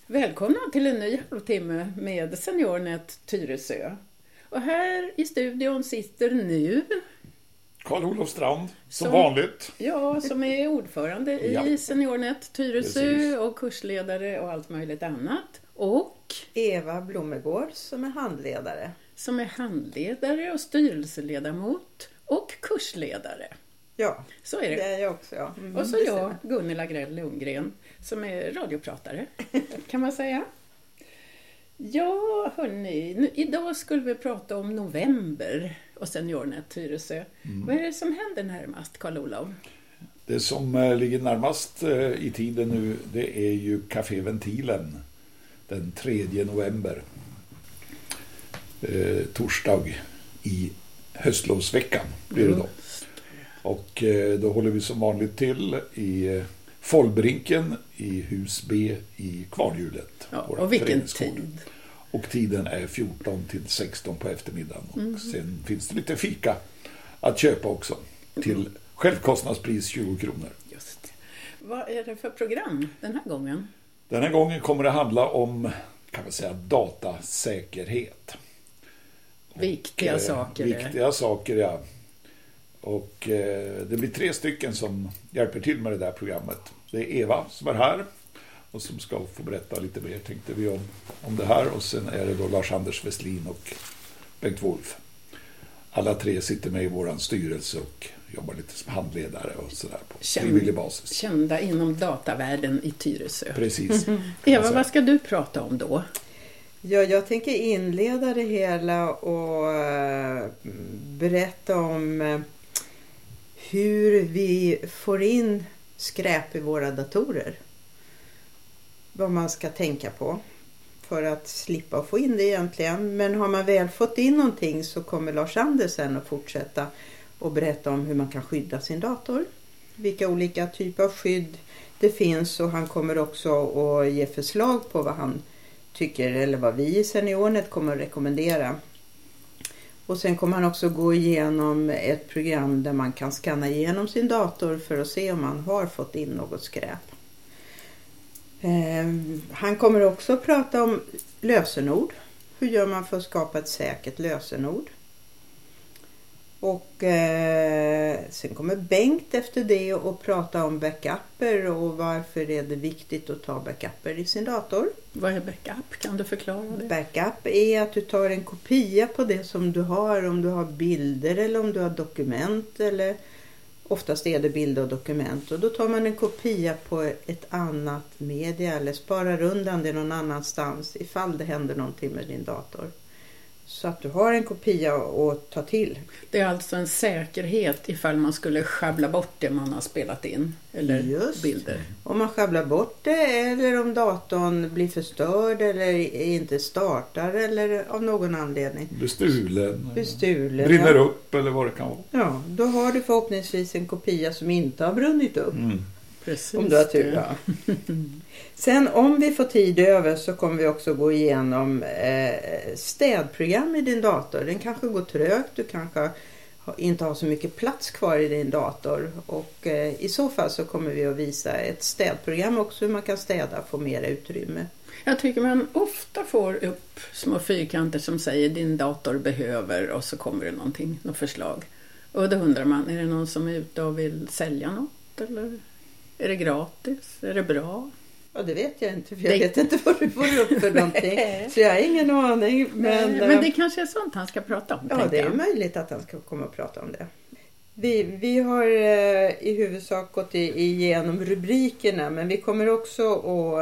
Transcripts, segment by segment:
Välkomna till en ny halvtimme med SeniorNet Tyresö. Och här i studion sitter nu Carl-Olof Strand, som vanligt. Ja, som är ordförande i SeniorNet Tyresö. Precis. Och kursledare och allt möjligt annat. Och Eva Blommegård som är handledare. Som är handledare och styrelseledamot och kursledare. Ja, så är det. Det är jag också. Ja. Och så jag, Gunilla Grell Lundgren, som är radiopratare, kan man säga. Ja, hörni, idag skulle vi prata om november och SeniorNet Tyresö. Vad är det som händer närmast, Carl-Olof? Det som ligger närmast i tiden nu, det är ju Café Ventilen den 3 november. Torsdag i höstlovsveckan blir det då. Och då håller vi som vanligt till i Follbrinken i hus B i Kvarhjulet. Ja, och vilken tid? Och tiden är 14 till 16 på eftermiddagen. Och sen finns det lite fika att köpa också till självkostnadspris 20 kronor. Just det. Vad är det för program den här gången? Den här gången kommer det handla om, kan man säga, datasäkerhet. Viktiga saker. Viktiga saker, ja. Och det blir 3 stycken som hjälper till med det där programmet. Det är Eva som är här och som ska få berätta lite mer, tänkte vi, om det här. Och sen är det då Lars-Anders Westlin och Bengt Wolf. Alla 3 sitter med i våran styrelse och jobbar lite som handledare och sådär på frivillig basis. Kända inom datavärlden i Tyresö. Precis. Eva, vad ska du prata om då? Ja, jag tänker inleda det hela och berätta om hur vi får in skräp i våra datorer. Vad man ska tänka på för att slippa få in det egentligen. Men har man väl fått in någonting så kommer Lars Andersen att fortsätta och berätta om hur man kan skydda sin dator. Vilka olika typer av skydd det finns, och han kommer också att ge förslag på vad han tycker, eller vad vi i SeniorNet kommer att rekommendera. Och sen kommer han också gå igenom ett program där man kan scanna igenom sin dator för att se om man har fått in något skräp. Han kommer också att prata om lösenord. Hur gör man för att skapa ett säkert lösenord? Och sen kommer Bengt efter det och prata om backuper och varför är det viktigt att ta backuper i sin dator. Vad är backup? Kan du förklara det? Backup är att du tar en kopia på det som du har, om du har bilder eller om du har dokument, eller oftast är det bilder och dokument, och då tar man en kopia på ett annat media eller sparar undan det någon annanstans ifall det händer någonting med din dator. Så att du har en kopia att ta till. Det är alltså en säkerhet ifall man skulle schabbla bort det man har spelat in. Eller just bilder. Om man schabblar bort det, eller om datorn blir förstörd eller inte startar eller av någon anledning. Bestulen. Brinner upp eller vad det kan vara. Ja, då har du förhoppningsvis en kopia som inte har brunnit upp. Precis. Om du har tur, ja. Sen om vi får tid över så kommer vi också gå igenom städprogram i din dator. Den kanske går trögt, du kanske inte har så mycket plats kvar i din dator. Och i så fall så kommer vi att visa ett städprogram också, hur man kan städa och få mer utrymme. Jag tycker man ofta får upp små fyrkanter som säger din dator behöver, och så kommer det något förslag. Och då undrar man, är det någon som är ute och vill sälja något, eller är det gratis? Är det bra? Ja, det vet jag inte, för jag vet inte vad du får upp för någonting. Så jag har ingen aning. Men det kanske är sånt han ska prata om. Ja, det är möjligt att han ska komma och prata om det. Vi har i huvudsak gått igenom rubrikerna, men vi kommer också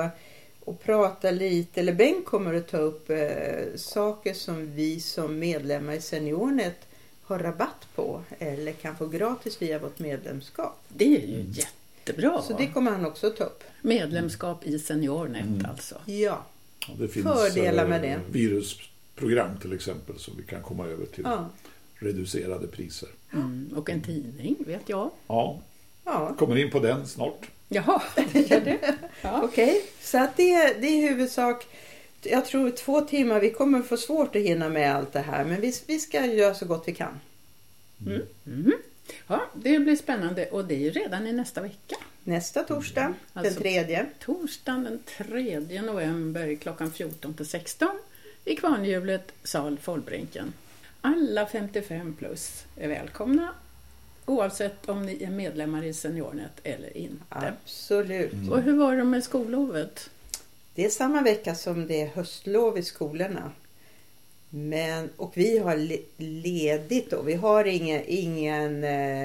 att prata lite, eller Bengt kommer att ta upp saker som vi som medlemmar i SeniorNet har rabatt på eller kan få gratis via vårt medlemskap. Det är ju jättebra. Så det kommer han också ta upp. Medlemskap i SeniorNet alltså. Ja, det finns fördelar med det. Virusprogram till exempel som vi kan komma över till reducerade priser. Och en tidning, vet jag. Ja. Kommer in på den snart. Jaha, gör det? Ja. Okej, så att det är i huvudsak, jag tror 2 timmar, vi kommer få svårt att hinna med allt det här, men vi ska göra så gott vi kan. Ja, det blir spännande, och det är ju redan i nästa vecka. nästa torsdag, Alltså, den 3. Torsdagen den 3 november klockan 14 till 16 i Kvarnhjulet, sal Follbrinken. Alla 55 plus är välkomna, oavsett om ni är medlemmar i Seniornet eller inte. Absolut. Och hur var det med skollovet? Det är samma vecka som det är höstlov i skolorna. Och vi har ledigt då. Vi har ingen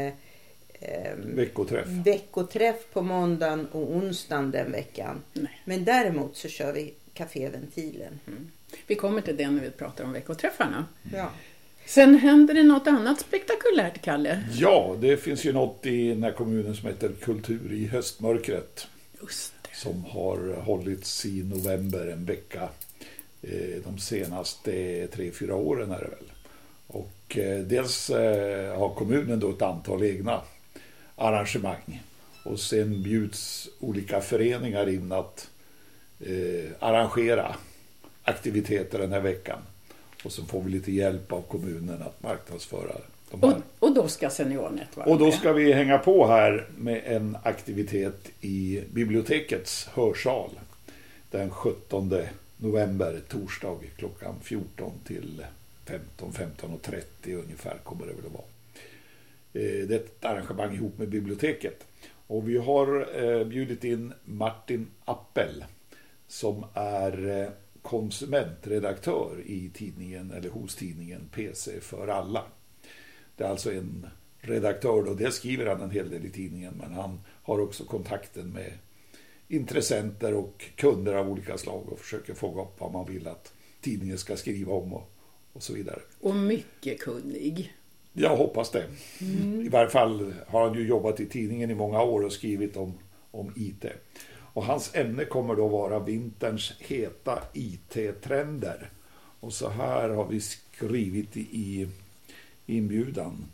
veckoträff på måndagen och onsdagen den veckan. Nej. Men däremot så kör vi Caféventilen. Vi kommer till det när vi pratar om veckoträffarna. Ja. Sen händer det något annat spektakulärt, Kalle. Ja, det finns ju något i den här kommunen som heter Kultur i höstmörkret. Just det. Som har hållits i november en vecka. De senaste 3-4 åren är det väl. Och dels har kommunen då ett antal egna arrangemang. Och sen bjuds olika föreningar in att arrangera aktiviteter den här veckan. Och så får vi lite hjälp av kommunen att marknadsföra de här. Och då ska Seniornet vara Och då med. ska vi hänga på här med en aktivitet i bibliotekets hörsal. Den 17 november, torsdag, klockan 14 till 15:30 ungefär kommer det väl att vara. Det är ett arrangemang ihop med biblioteket. Och vi har bjudit in Martin Appel som är konsumentredaktör i tidningen eller hos tidningen PC för alla. Det är alltså en redaktör och det skriver han en hel del i tidningen, men han har också kontakten med intressenter och kunder av olika slag och försöker fånga upp vad man vill att tidningen ska skriva om och så vidare. Och mycket kunnig. Jag hoppas det. I varje fall har han ju jobbat i tidningen i många år och skrivit om IT. Och hans ämne kommer då vara vinterns heta IT-trender. Och så här har vi skrivit i inbjudan.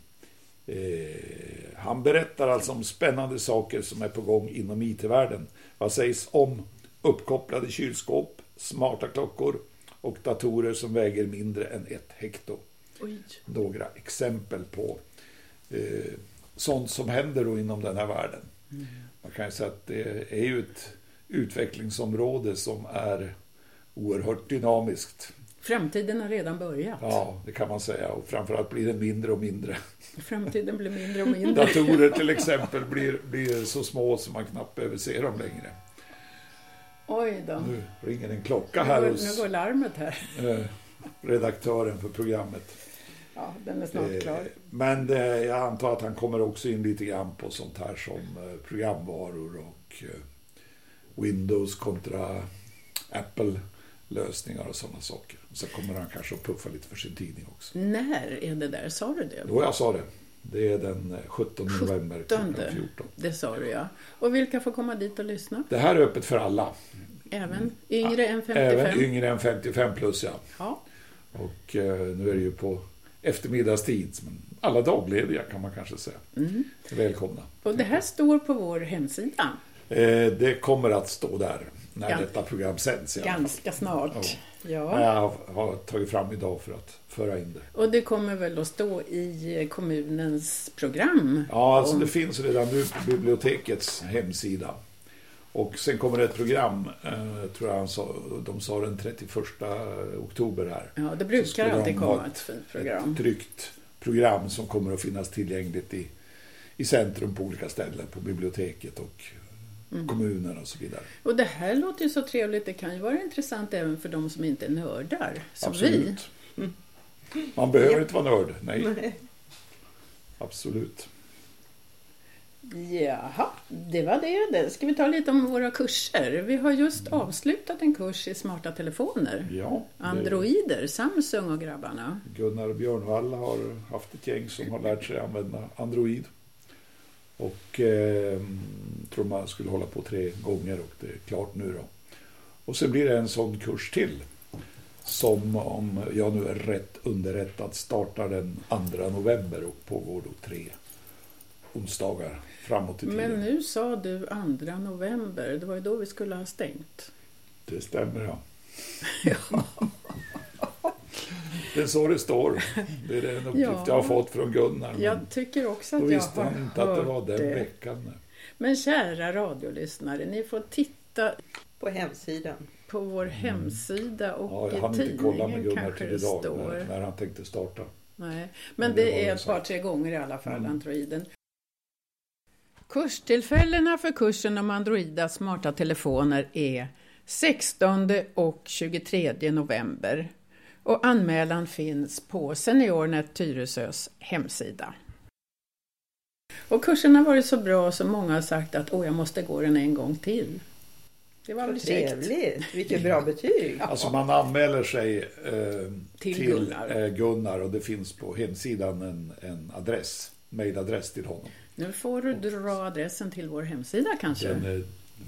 Han berättar alltså om spännande saker som är på gång inom IT-världen. Vad sägs om uppkopplade kylskåp, smarta klockor och datorer som väger mindre än 1 hekto. Oj. Några exempel på sånt som händer då inom den här världen. Man kan ju säga att det är ju ett utvecklingsområde som är oerhört dynamiskt. Framtiden har redan börjat. Ja, det kan man säga. Och framförallt blir det mindre och mindre. Framtiden blir mindre och mindre. Datorer till exempel blir så små som man knappt behöver se dem längre. Oj då. Nu ringer en klocka här Nu hos går larmet här. redaktören för programmet. Ja, den är snart klar. Men jag antar att han kommer också in lite grann på sånt här som programvaror och Windows kontra Apple-lösningar och sådana saker. Så kommer han kanske att puffa lite för sin tidning också. När är det där? Sa du det? Jo, jag sa det. Det är den 17 november klockan 14. Det sa du, ja. Och vilka får komma dit och lyssna? Det här är öppet för alla. Även yngre än 55? Även yngre än 55 plus, ja. Ja. Och nu är det ju på eftermiddagstid, men alla daglediga kan man kanske säga. Välkomna. Och det här står på vår hemsida. Det kommer att stå där när detta program sänds. Ganska snart. Ja. Jag har tagit fram idag för att föra in det. Och det kommer väl att stå i kommunens program? Ja, alltså det finns redan nu på bibliotekets hemsida. Och sen kommer det ett program, tror jag de sa den 31 oktober här. Ja, det brukar alltid komma ett fint program. Ett tryckt program som kommer att finnas tillgängligt i centrum på olika ställen, på biblioteket och kommunen och så vidare. Och det här låter ju så trevligt, det kan ju vara intressant även för de som inte är nördar, som Absolut. vi. Man behöver inte vara nörd, nej. Absolut. Jaha, det var det. Ska vi ta lite om våra kurser? Vi har just avslutat en kurs i smarta telefoner. Ja. Androider, Samsung och grabbarna. Gunnar Björnvall har haft ett gäng som har lärt sig använda Android. Och tror man skulle hålla på 3 gånger och det är klart nu då. Och sen blir det en sån kurs till som, om jag nu är rätt underrättad, startar den 2 november och pågår då 3 onsdagar framåt i tiden. Men nu sa du 2 november, det var ju då vi skulle ha stängt. Det stämmer, ja. Ja. Det är så det står. Det är den uppgift jag har fått från Gunnar. Jag tycker också att då jag visste har han inte att det var hört den veckan. Men kära radiolyssnare, ni får titta På hemsidan. på vår hemsida och Jag hann i inte kolla med tidningen Gunnar kanske till det idag står. när han tänkte starta. Nej, men det det var är det ett så. par, 3 gånger i alla fall, Androiden. Kurstillfällena för kursen om Androida smarta telefoner är 16 och 23 november. Och anmälan finns på Seniornet Tyresös hemsida. Och kursen har varit så bra så många har sagt att jag måste gå den en gång till. Det var väl käckt. Trevligt, vilket bra betyg. Alltså man anmäler sig Till Gunnar och det finns på hemsidan en adress, mejladress till honom. Nu får du dra adressen till vår hemsida kanske. Den är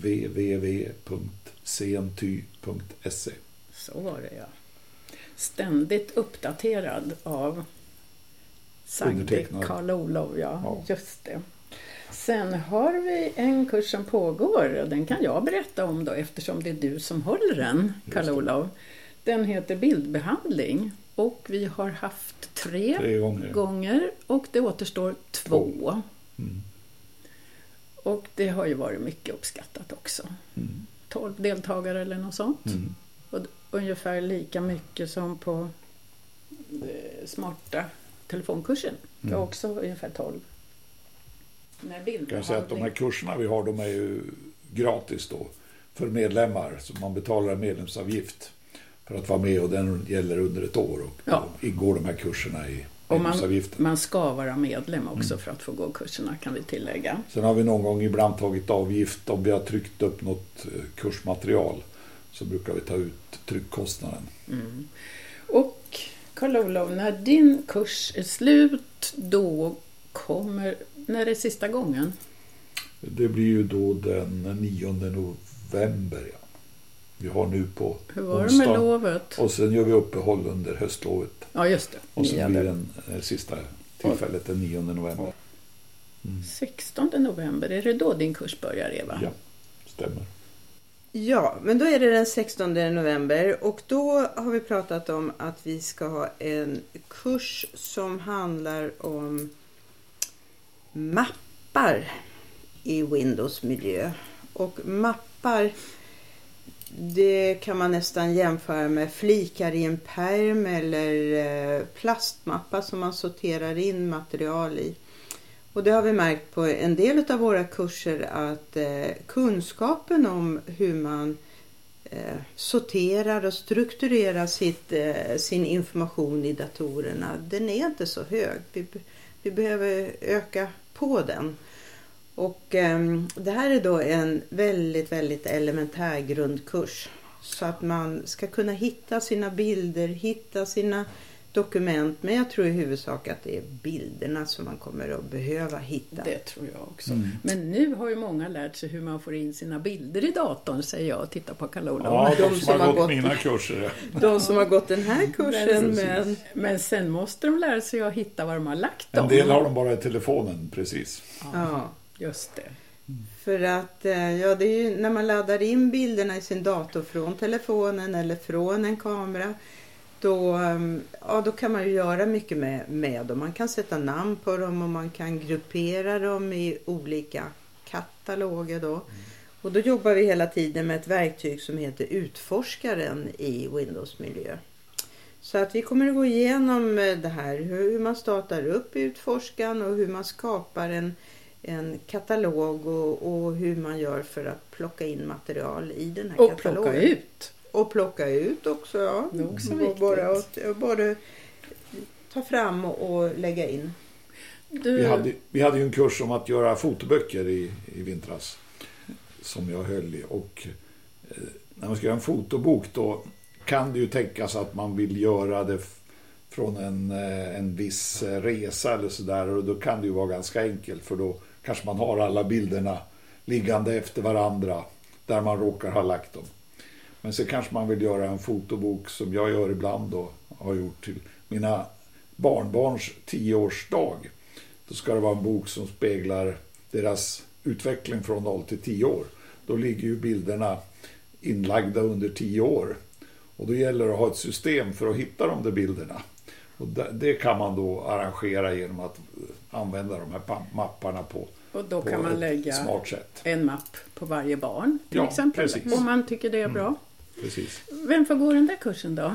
www.cnty.se. Så var det, ja. Ständigt uppdaterad av Sagde Undertecknad. Karl-Olof, ja, Ja. just det. Sen har vi en kurs som pågår och den kan jag berätta om då eftersom det är du som håller den, Karl-Olof. Den heter bildbehandling och vi har haft 3 gånger och det återstår 2. Mm. Och det har ju varit mycket uppskattat också. 12 deltagare eller något sånt. Mm. Och ungefär lika mycket som på smarta telefonkursen. Det är också ungefär 12. Kan jag säga att de här kurserna vi har, de är ju gratis då för medlemmar. Så man betalar en medlemsavgift för att vara med och den gäller under ett år. Och då ingår de här kurserna i medlemsavgiften. Man ska vara medlem också för att få gå kurserna, kan vi tillägga. Sen har vi någon gång ibland tagit avgift om vi har tryckt upp något kursmaterial. Så brukar vi ta ut tryckkostnaden. Mm. Och Karl-Olof, när din kurs är slut, då när är sista gången? Det blir ju då den 9 november. Ja. Vi har nu på Hur var onsdag. det med lovet? Och sen gör vi uppehåll under höstlovet. Ja, just det. Och sen blir den sista tillfället den 9 november. 16 november, är det då din kurs börjar, Eva? Ja, stämmer. Ja, men då är det den 16 november och då har vi pratat om att vi ska ha en kurs som handlar om mappar i Windows-miljö. Och mappar, det kan man nästan jämföra med flikar i en pärm eller plastmappar som man sorterar in material i. Och det har vi märkt på en del av våra kurser att kunskapen om hur man sorterar och strukturerar sin information i datorerna, den är inte så hög. Vi behöver öka på den. Och det här är då en väldigt, väldigt elementär grundkurs. Så att man ska kunna hitta sina bilder, hitta sina dokument. Men jag tror i huvudsak att det är bilderna som man kommer att behöva hitta. Det tror jag också. Men nu har ju många lärt sig hur man får in sina bilder i datorn, säger jag och tittar på Karl-Olof. Ja, de som har gått mina kurser. De som har gått den här kursen. Men sen måste de lära sig att hitta var de har lagt dem. En del har de bara i telefonen, precis. Ja. Just det. För att det är ju när man laddar in bilderna i sin dator från telefonen eller från en kamera, då kan man ju göra mycket med dem. Man kan sätta namn på dem och man kan gruppera dem i olika kataloger då. Och då jobbar vi hela tiden med ett verktyg som heter utforskaren i Windows-miljö. Så att vi kommer att gå igenom det här, hur man startar upp utforskaren och hur man skapar en katalog och hur man gör för att plocka in material i den här och katalogen. Plocka ut. Och plocka ut också, ja. Det är också viktigt. Bara ta fram och lägga in. Vi hade ju en kurs om att göra fotoböcker i vintras som jag höll i. Och när man ska göra en fotobok då kan det ju tänkas att man vill göra det från en viss resa eller sådär, och då kan det ju vara ganska enkelt, för då kanske man har alla bilderna liggande efter varandra där man råkar ha lagt dem. Men så kanske man vill göra en fotobok som jag gör ibland och har gjort till mina barnbarns 10-årsdag. Då ska det vara en bok som speglar deras utveckling från 0 till 10 år. Då ligger ju bilderna inlagda under 10 år. Och då gäller det att ha ett system för att hitta de där bilderna. Och det kan man då arrangera genom att använda de här mapparna Och då på kan man ett lägga smart sätt. en mapp på varje barn till Ja, exempel. precis. Om man tycker det är bra. Precis. Vem får gå den där kursen då?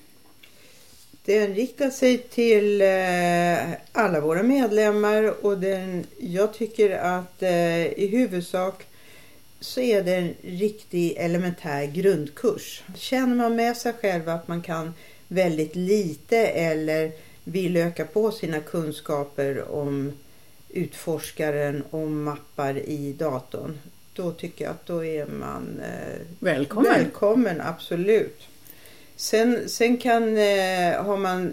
Den riktar sig till alla våra medlemmar och jag tycker att i huvudsak så är det en riktig elementär grundkurs. Känner man med sig själv att man kan väldigt lite eller vill öka på sina kunskaper om utforskaren, om mappar i datorn, då tycker jag att då är man välkommen, absolut. Sen kan har man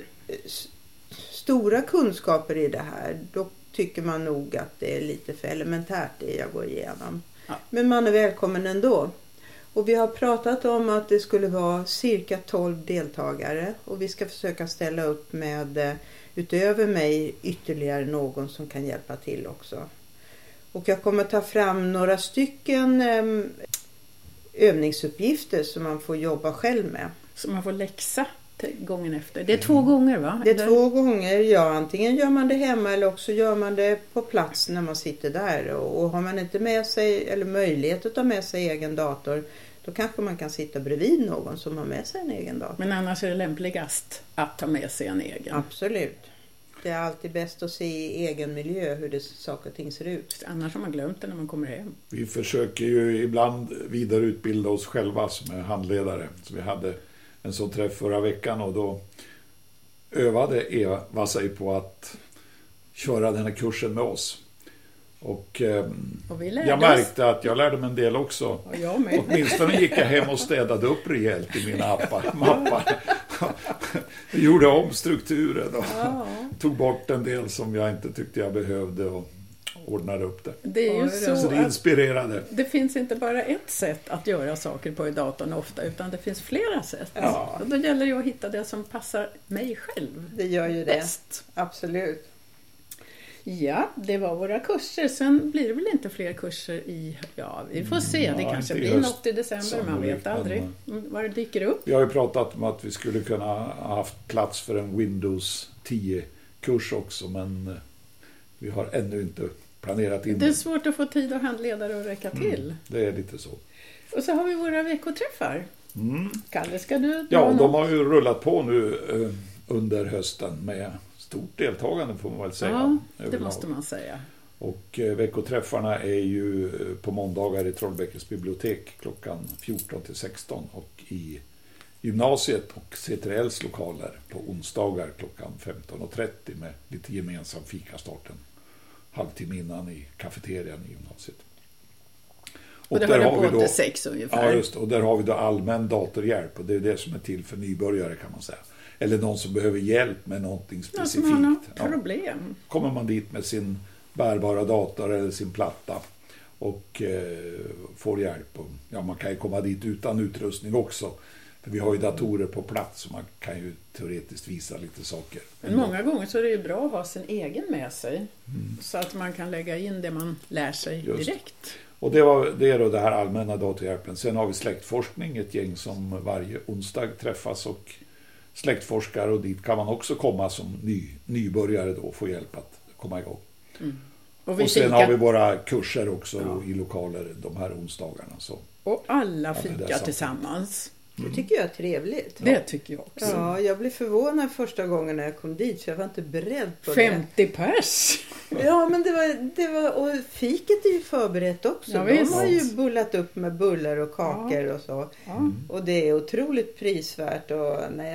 stora kunskaper i det här, då tycker man nog att det är lite för elementärt det jag går igenom. Ja. Men man är välkommen ändå. Och vi har pratat om att det skulle vara cirka 12 deltagare och vi ska försöka ställa upp med utöver mig ytterligare någon som kan hjälpa till också. Och jag kommer ta fram några stycken övningsuppgifter som man får jobba själv med. Så man får läxa till gången efter. Det är 2 gånger va? Det är 2 gånger, ja. Antingen gör man det hemma eller också gör man det på plats när man sitter där. Och har man inte med sig eller möjlighet att ta med sig egen dator, då kanske man kan sitta bredvid någon som har med sig en egen dator. Men annars är det lämpligast att ta med sig en egen. Absolut. Det är alltid bäst att se i egen miljö hur det saker och ting ser ut. Annars har man glömt det när man kommer hem. Vi försöker ju ibland vidareutbilda oss själva som är handledare. Så vi hade en sån träff förra veckan och då övade Eva sig på att köra den här kursen med oss. Och jag märkte att jag lärde mig en del också. Och jag med. Åtminstone gick jag hem och städade upp rejält i mina mappar. Jag gjorde om strukturen och tog bort en del som jag inte tyckte jag behövde och ordnade upp det. Det är ju så det inspirerade. Det finns inte bara ett sätt att göra saker på i datorn ofta, utan det finns flera sätt. Ja. Och då gäller det att hitta det som passar mig själv. Det gör ju bäst. Det. Absolut. Ja, det var våra kurser. Sen blir det väl inte fler kurser i... Ja, vi får se. Det kanske blir något i december. Man vet aldrig vad det dyker upp. Vi har ju pratat om att vi skulle kunna ha haft plats för en Windows 10-kurs också. Men vi har ännu inte planerat in. Det är svårt att få tid och handledare att räcka till. Det är lite så. Och så har vi våra veckoträffar. Kalle, ska du... Ja, de har ju rullat på nu under hösten med... stort deltagande får man väl säga. Ja, det måste man säga. Och veckoträffarna är ju på måndagar i Trollbäckes bibliotek klockan 14-16 och i gymnasiet och C3L:s lokaler på onsdagar klockan 15:30 med lite gemensam fikastarten halvtimme innan i kafeterian i gymnasiet. Och det har vi då 6 ungefär. Ja, just, och där har vi då allmän datorhjälp och det är det som är till för nybörjare kan man säga. Eller någon som behöver hjälp med någonting specifikt. Som har problem. Kommer man dit med sin bärbara dator eller sin platta och får hjälp. Och, man kan ju komma dit utan utrustning också. För vi har ju datorer på plats så man kan ju teoretiskt visa lite saker. Men många gånger så är det ju bra att ha sin egen med sig. Så att man kan lägga in det man lär sig direkt. Och det är då det här allmänna datorhjälpen. Sen har vi släktforskning, ett gäng som varje onsdag träffas och släktforskare och dit kan man också komma som nybörjare då och få hjälp att komma igång. Och sen har vi våra kurser också i lokaler de här onsdagarna. Så. Och alla fikar tillsammans. Det tycker jag är trevligt. Det tycker jag också. Ja, jag blev förvånad första gången när jag kom dit så jag var inte beredd på 50 pers! Ja, men det var och fiket är ju förberett också. Ja, de har ju bullat upp med bullar och kakor och så. Ja. Och det är otroligt prisvärt och det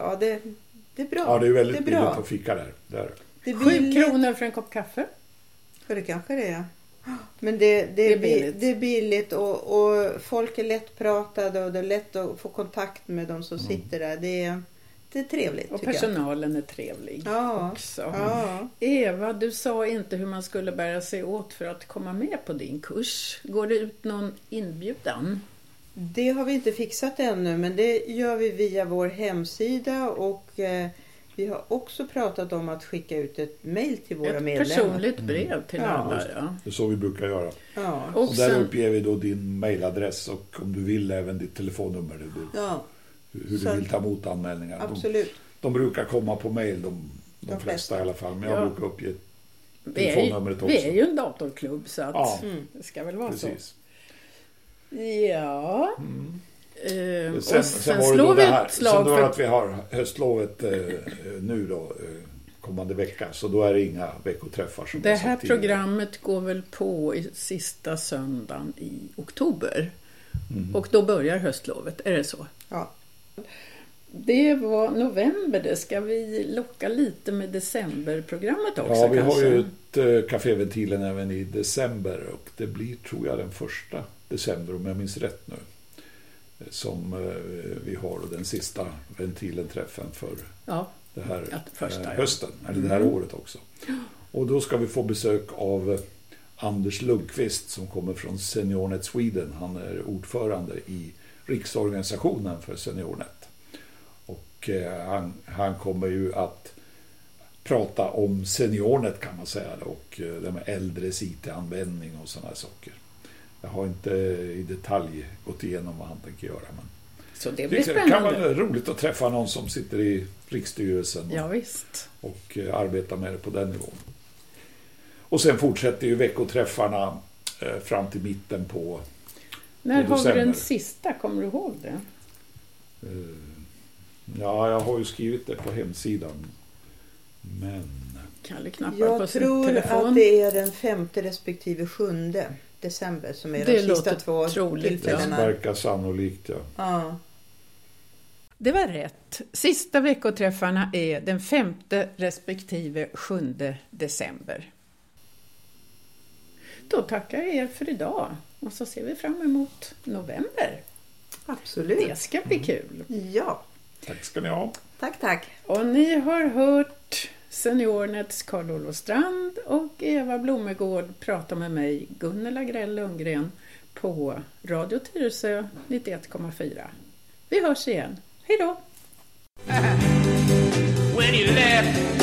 är bra. Ja, det är väldigt billigt att fika där. Det är 7 kronor för en kopp kaffe. Ja, det kanske det är. Men det är billigt och folk är lättpratade och det är lätt att få kontakt med de som sitter där. Det är trevligt. Och personalen är trevlig också. Ja. Eva, du sa inte hur man skulle bära sig åt för att komma med på din kurs. Går det ut någon inbjudan? Det har vi inte fixat ännu, men det gör vi via vår hemsida och vi har också pratat om att skicka ut ett mejl till våra medlemmar. Ett personligt brev till alla. Ja. Det är så vi brukar göra. Ja. Och där uppger vi då din mejladress och om du vill även ditt telefonnummer. Hur du vill ta emot anmälningar. Absolut. De brukar komma på mejl, de flesta i alla fall. Men jag brukar uppge telefonnumret också. Vi är ju en datorklubb så att Ja. det ska väl vara Precis. så. Ja. Sen var det då det här. Sen då att vi har höstlovet nu då kommande vecka, så då är det inga veckoträffar som det här programmet går väl på i sista söndagen i oktober. Och då börjar höstlovet, är det så? Ja. Det var november, det ska vi locka lite med decemberprogrammet också. Ja, vi kanske? har ju ett Caféventilen även i december, och det blir, tror jag, den 1 december om jag minns rätt nu, som vi har den sista ventilenträffen för det här hösten, eller det här året också. Och då ska vi få besök av Anders Lundqvist som kommer från SeniorNet Sweden. Han är ordförande i riksorganisationen för SeniorNet. Och han kommer ju att prata om SeniorNet, kan man säga, och det med äldres IT-användning och sådana här saker. Jag har inte i detalj gått igenom vad han tänker göra, men så det blir spännande. Det kan vara roligt att träffa någon som sitter i riksstyrelsen och arbetar med det på den nivån. Och sen fortsätter ju veckoträffarna fram till mitten på När har vi den sista? Kommer du ihåg det? Ja, jag har ju skrivit det på hemsidan. Men Kalle knappar jag på sin tror telefon. att det är den 5:e respektive 7:e december som är de sista 2 tillfällena. Det verkar sannolikt, ja. Det var rätt. Sista veckoträffarna är den 5:e respektive 7:e december. Då tackar jag er för idag. Och så ser vi fram emot november. Absolut. Det ska bli kul. Ja. Tack ska ni ha. Tack. Och ni har hört SeniorNets Carl-Olof Strand och Eva Blomegård prata med mig, Gunilla Grell Lundgren, på Radio Tyresö 91,4. Vi hörs igen. Hej då! When you left